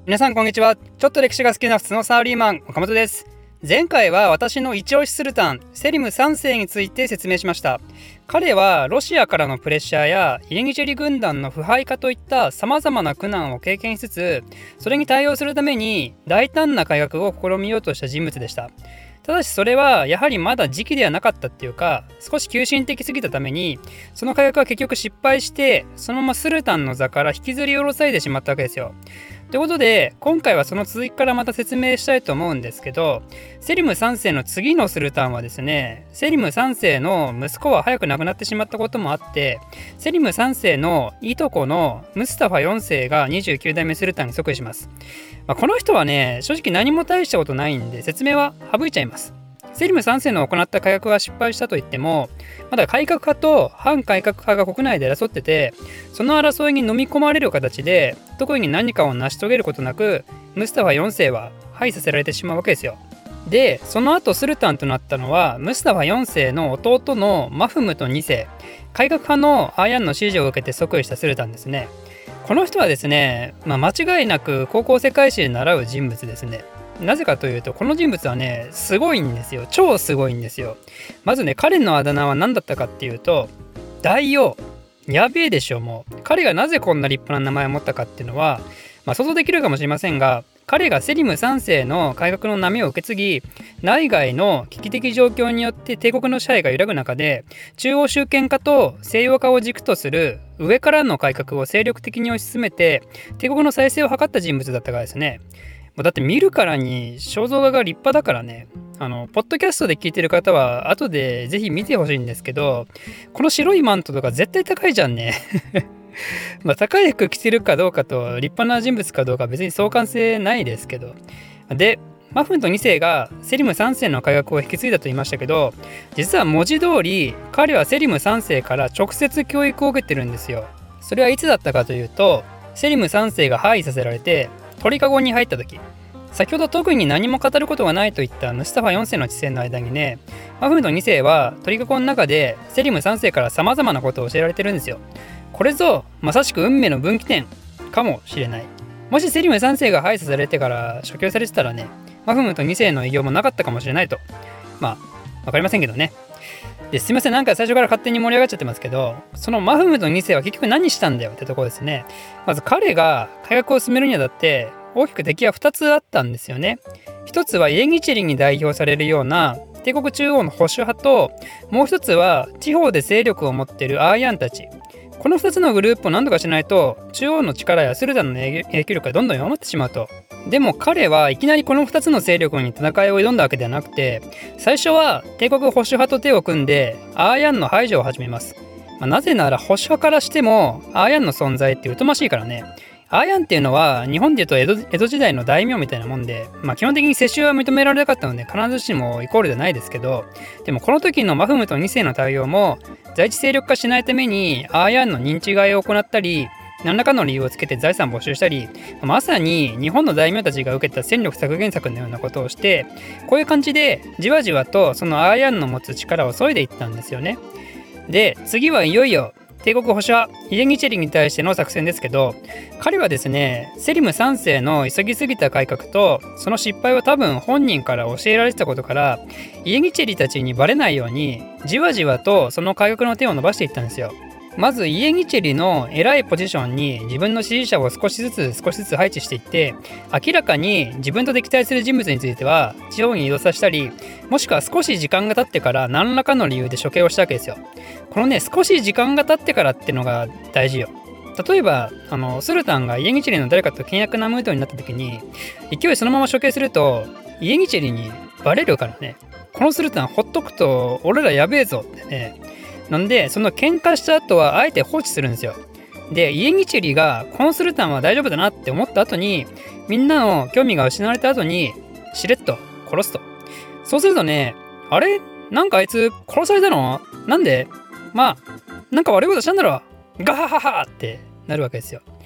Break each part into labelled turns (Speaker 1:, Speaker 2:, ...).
Speaker 1: 皆さんこんにちは。ちょっと歴史が好きな普通のサラリーマン岡本です。前回は私の一押しスルタンセリム3世について説明しました。彼はロシアからのプレッシャーやイエニチェリ軍団の腐敗化といった様々な苦難を経験しつつ、それに対応するために大胆な改革を試みようとした人物でした。ただしそれはやはりまだ時期ではなかったっていうか、少し急進的すぎたためにその改革は結局失敗して、そのままスルタンの座から引きずり下ろされてしまったわけですよ。ということで今回はその続きからまた説明したいと思うんですけど、セリム3世の次のスルタンはですね、セリム3世の息子は早く亡くなってしまったこともあって、セリム3世のいとこのムスタファ4世が29代目スルタンに即位します。この人はね、正直何も大したことないんで説明は省いちゃいます。セリム3世の行った改革が失敗したといっても、まだ改革派と反改革派が国内で争ってて、その争いに飲み込まれる形で特に何かを成し遂げることなく、ムスタファ4世は廃させられてしまうわけですよ。で、その後スルタンとなったのはムスタファ4世の弟のマフムト2世、改革派のアーヤンの支持を受けて即位したスルタンですね。この人はですね、間違いなく高校世界史で習う人物ですね。なぜかというと、この人物はね、すごいんですよ。超すごいんですよ。まずね、彼のあだ名は何だったかっていうと、大王。やべえでしょ。もう彼がなぜこんな立派な名前を持ったかっていうのは、想像できるかもしれませんが、彼がセリム3世の改革の波を受け継ぎ、内外の危機的状況によって帝国の支配が揺らぐ中で、中央集権化と西洋化を軸とする上からの改革を精力的に推し進めて、帝国の再生を図った人物だったからですね。だって見るからに肖像画が立派だからね。ポッドキャストで聞いてる方は後でぜひ見てほしいんですけど、この白いマントとか絶対高いじゃんね。高い服着てるかどうかと立派な人物かどうか別に相関性ないですけど。で、マフント2世がセリム3世の改革を引き継いだと言いましたけど、実は文字通り彼はセリム3世から直接教育を受けてるんですよ。それはいつだったかというと、セリム3世が廃位させられて鳥かごに入った時、先ほど特に何も語ることがないといったムスタファ4世の知性の間にね、マフムト2世は鳥かごの中でセリム3世から様々なことを教えられてるんですよ。これぞまさしく運命の分岐点かもしれない。もしセリム3世が廃止されてから処刑されてたらね、マフムト2世の偉業もなかったかもしれないと。わかりませんけどね。ですいません、なんか最初から勝手に盛り上がっちゃってますけど、そのマフムト2世は結局何したんだよってところですね。まず彼が改革を進めるにあたって大きく敵は2つあったんですよね。一つはイエニチェリに代表されるような帝国中央の保守派と、もう一つは地方で勢力を持っているアーヤンたち。この2つのグループを何とかしないと中央の力やスルタンの影響力がどんどん弱まってしまうと。でも彼はいきなりこの2つの勢力に戦いを挑んだわけではなくて、最初は帝国保守派と手を組んでアーヤンの排除を始めます。なぜなら保守派からしてもアーヤンの存在って疎ましいからね。アーヤンっていうのは日本でいうと江戸時代の大名みたいなもんで、基本的に世襲は認められなかったので必ずしもイコールではないですけど、でもこの時のマフムト2世の対応も在地勢力化しないためにアーヤンの認知買いを行ったり、何らかの理由をつけて財産を没収したり、まさに日本の大名たちが受けた戦力削減策のようなことをして、こういう感じでじわじわとそのアーヤンの持つ力を削いでいったんですよね。で、次はいよいよ帝国保守派イエニチェリに対しての作戦ですけど、彼はですね、セリム3世の急ぎすぎた改革とその失敗を多分本人から教えられてたことから、イエニチェリたちにバレないようにじわじわとその改革の手を伸ばしていったんですよ。まずイエニチェリの偉いポジションに自分の支持者を少しずつ配置していって、明らかに自分と敵対する人物については地方に移動させたり、もしくは少し時間が経ってから何らかの理由で処刑をしたわけですよ。このね、少し時間が経ってからっていうのが大事よ。例えばスルタンがイエニチェリの誰かと険悪なムードになった時に勢いそのまま処刑するとイエニチェリにバレるからね。このスルタンほっとくと俺らやべえぞってね。なんでその喧嘩した後はあえて放置するんですよ。で、イエニチェリがこのスルタンは大丈夫だなって思った後に、みんなの興味が失われた後にしれっと殺すと。そうするとね、あれなんかあいつ殺されたの？なんで？なんか悪いことしたんだろう、ガハハハってなるわけですよ。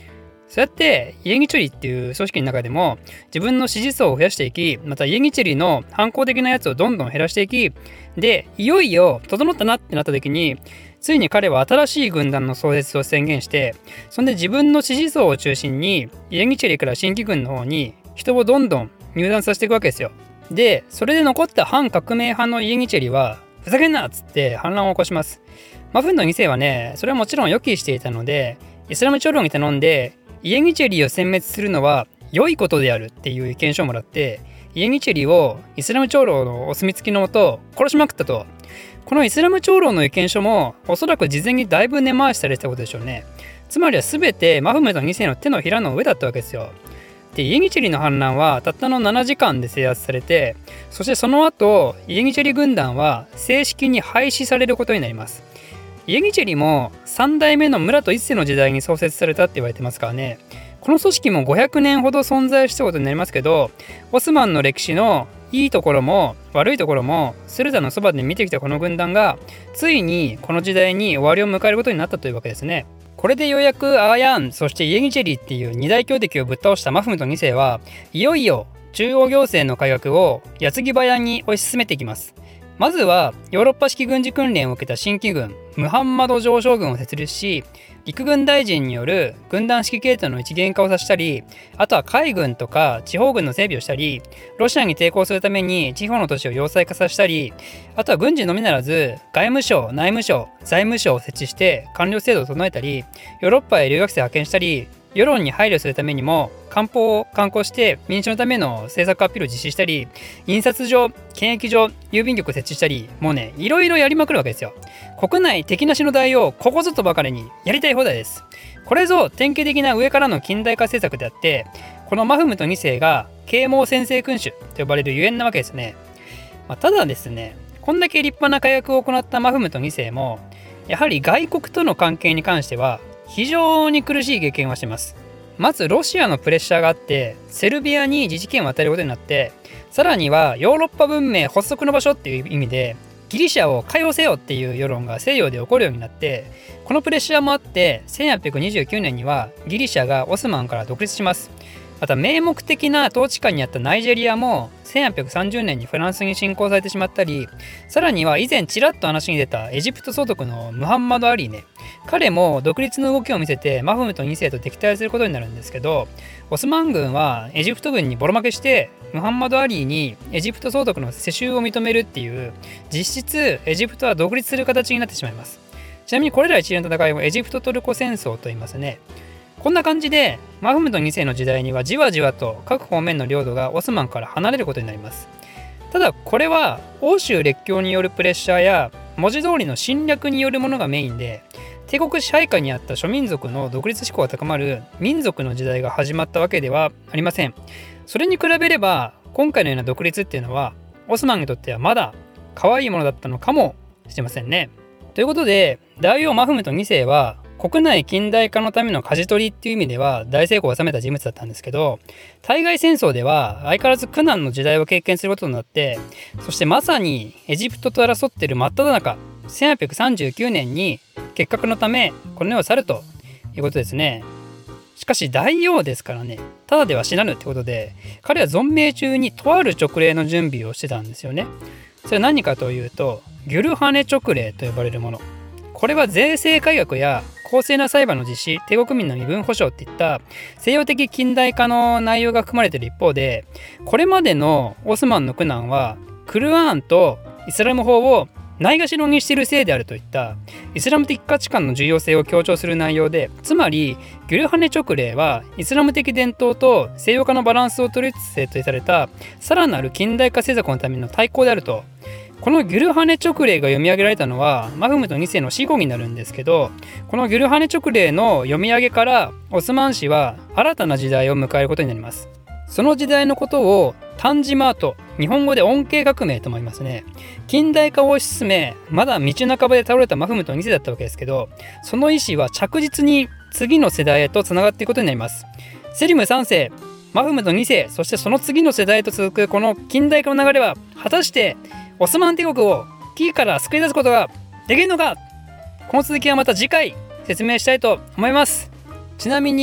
Speaker 1: そうやってイエニチェリっていう組織の中でも自分の支持層を増やしていき、またイエニチェリの反抗的なやつをどんどん減らしていき、でいよいよ整ったなってなった時に、ついに彼は新しい軍団の創設を宣言して、そんで自分の支持層を中心にイエニチェリから新規軍の方に人をどんどん入団させていくわけですよ。でそれで残った反革命派のイエニチェリはふざけんなっつって反乱を起こします。マフンの2世はね、それはもちろん予期していたので、イスラム長老に頼んでイエニチェリを殲滅するのは良いことであるっていう意見書をもらって、イエニチェリをイスラム長老のお墨付きのもと殺しまくったと。このイスラム長老の意見書もおそらく事前にだいぶ根回しされてたことでしょうね。つまりは全てマフムド2世の手のひらの上だったわけですよ。でイエニチェリの反乱はたったの7時間で制圧されて、そしてその後イエニチェリ軍団は正式に廃止されることになります。イエニチェリも3代目のムラト1世の時代に創設されたって言われてますからね。この組織も500年ほど存在したことになりますけど、オスマンの歴史のいいところも悪いところもスルタのそばで見てきたこの軍団がついにこの時代に終わりを迎えることになったというわけですね。これでようやくアーヤン、そしてイエニチェリっていう二大強敵をぶっ倒したマフムト2世はいよいよ中央行政の改革を矢継ぎ早に推し進めていきます。まずはヨーロッパ式軍事訓練を受けた新規軍ムハンマド上将軍を設立し、陸軍大臣による軍団指揮系統の一元化をさせたり、あとは海軍とか地方軍の整備をしたり、ロシアに抵抗するために地方の都市を要塞化させたり、あとは軍事のみならず外務省、内務省、財務省を設置して官僚制度を整えたり、ヨーロッパへ留学生を派遣したり、世論に配慮するためにも官報を刊行して民主のための政策アピールを実施したり、印刷所、検疫所、郵便局を設置したり、もうね、いろいろやりまくるわけですよ。国内敵なしの代をここぞとばかりにやりたい放題です。これぞ典型的な上からの近代化政策であって、このマフムト2世が啓蒙専制君主と呼ばれるゆえんなわけですね。ただですね、こんだけ立派な改革を行ったマフムト2世も、やはり外国との関係に関しては非常に苦しい経験をしています。まずロシアのプレッシャーがあってセルビアに自治権を与えることになって、さらにはヨーロッパ文明発足の場所っていう意味でギリシャを解放せよっていう世論が西洋で起こるようになって、このプレッシャーもあって1829年にはギリシャがオスマンから独立します。また名目的な統治下にあったナイジェリアも1830年にフランスに侵攻されてしまったり、さらには以前ちらっと話に出たエジプト総督のムハンマド・アリーね、彼も独立の動きを見せてマフムト2世と敵対することになるんですけど、オスマン軍はエジプト軍にボロ負けしてムハンマド・アリーにエジプト総督の世襲を認めるっていう、実質エジプトは独立する形になってしまいます。ちなみにこれら一連の戦いをエジプトトルコ戦争と言いますね。こんな感じでマフムト2世の時代にはじわじわと各方面の領土がオスマンから離れることになります。ただこれは欧州列強によるプレッシャーや文字通りの侵略によるものがメインで、帝国支配下にあった諸民族の独立志向が高まる民族の時代が始まったわけではありません。それに比べれば今回のような独立っていうのはオスマンにとってはまだ可愛いものだったのかもしれませんね。ということで大王マフムト2世は国内近代化のための舵取りっていう意味では大成功を収めた人物だったんですけど、対外戦争では相変わらず苦難の時代を経験することになって、そしてまさにエジプトと争っている真っ只中、1839年に結核のためこの世を去るということですね。しかし大王ですからね、ただでは死なぬってことで、彼は存命中にとある勅令の準備をしてたんですよね。それは何かというとギュルハネ勅令と呼ばれるもの。これは税制改革や公正な裁判の実施、帝国民の身分保障っていった西洋的近代化の内容が含まれている一方で、これまでのオスマンの苦難はクルアーンとイスラム法をないがしろにしているせいであるといったイスラム的価値観の重要性を強調する内容で、つまりギュルハネ勅令はイスラム的伝統と西洋化のバランスを取りつつ制定されたさらなる近代化政策のための対抗であると。このギュルハネ勅令が読み上げられたのはマフムト2世の死後になるんですけど、このギュルハネ勅令の読み上げからオスマン氏は新たな時代を迎えることになります。その時代のことをタンジマート、日本語で恩恵革命とも言いますね。近代化を推し進め、まだ道半ばで倒れたマフムト2世だったわけですけど、その意思は着実に次の世代へとつながっていくことになります。セリム3世、マフムト2世、そしてその次の世代へと続くこの近代化の流れは果たしてオスマン帝国を危機から救い出すことができるのか。この続きはまた次回説明したいと思います。ちなみに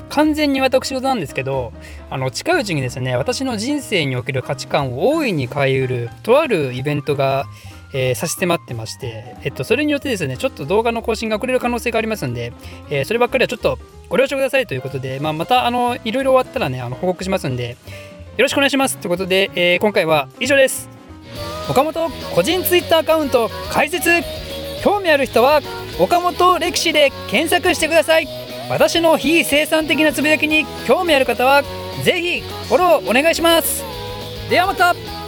Speaker 1: 完全に私事なんですけど、近いうちにですね、私の人生における価値観を大いに変えうるとあるイベントが、差し迫ってまして、それによってですね、ちょっと動画の更新が遅れる可能性がありますんで、そればっかりはちょっとご了承くださいということで、またいろいろ終わったらね、報告しますんで、よろしくお願いしますということで、今回は以上です。岡本個人ツイッターアカウント開設。興味ある人は岡本歴史で検索してください。私の非生産的なつぶやきに興味ある方はぜひフォローお願いします。ではまた。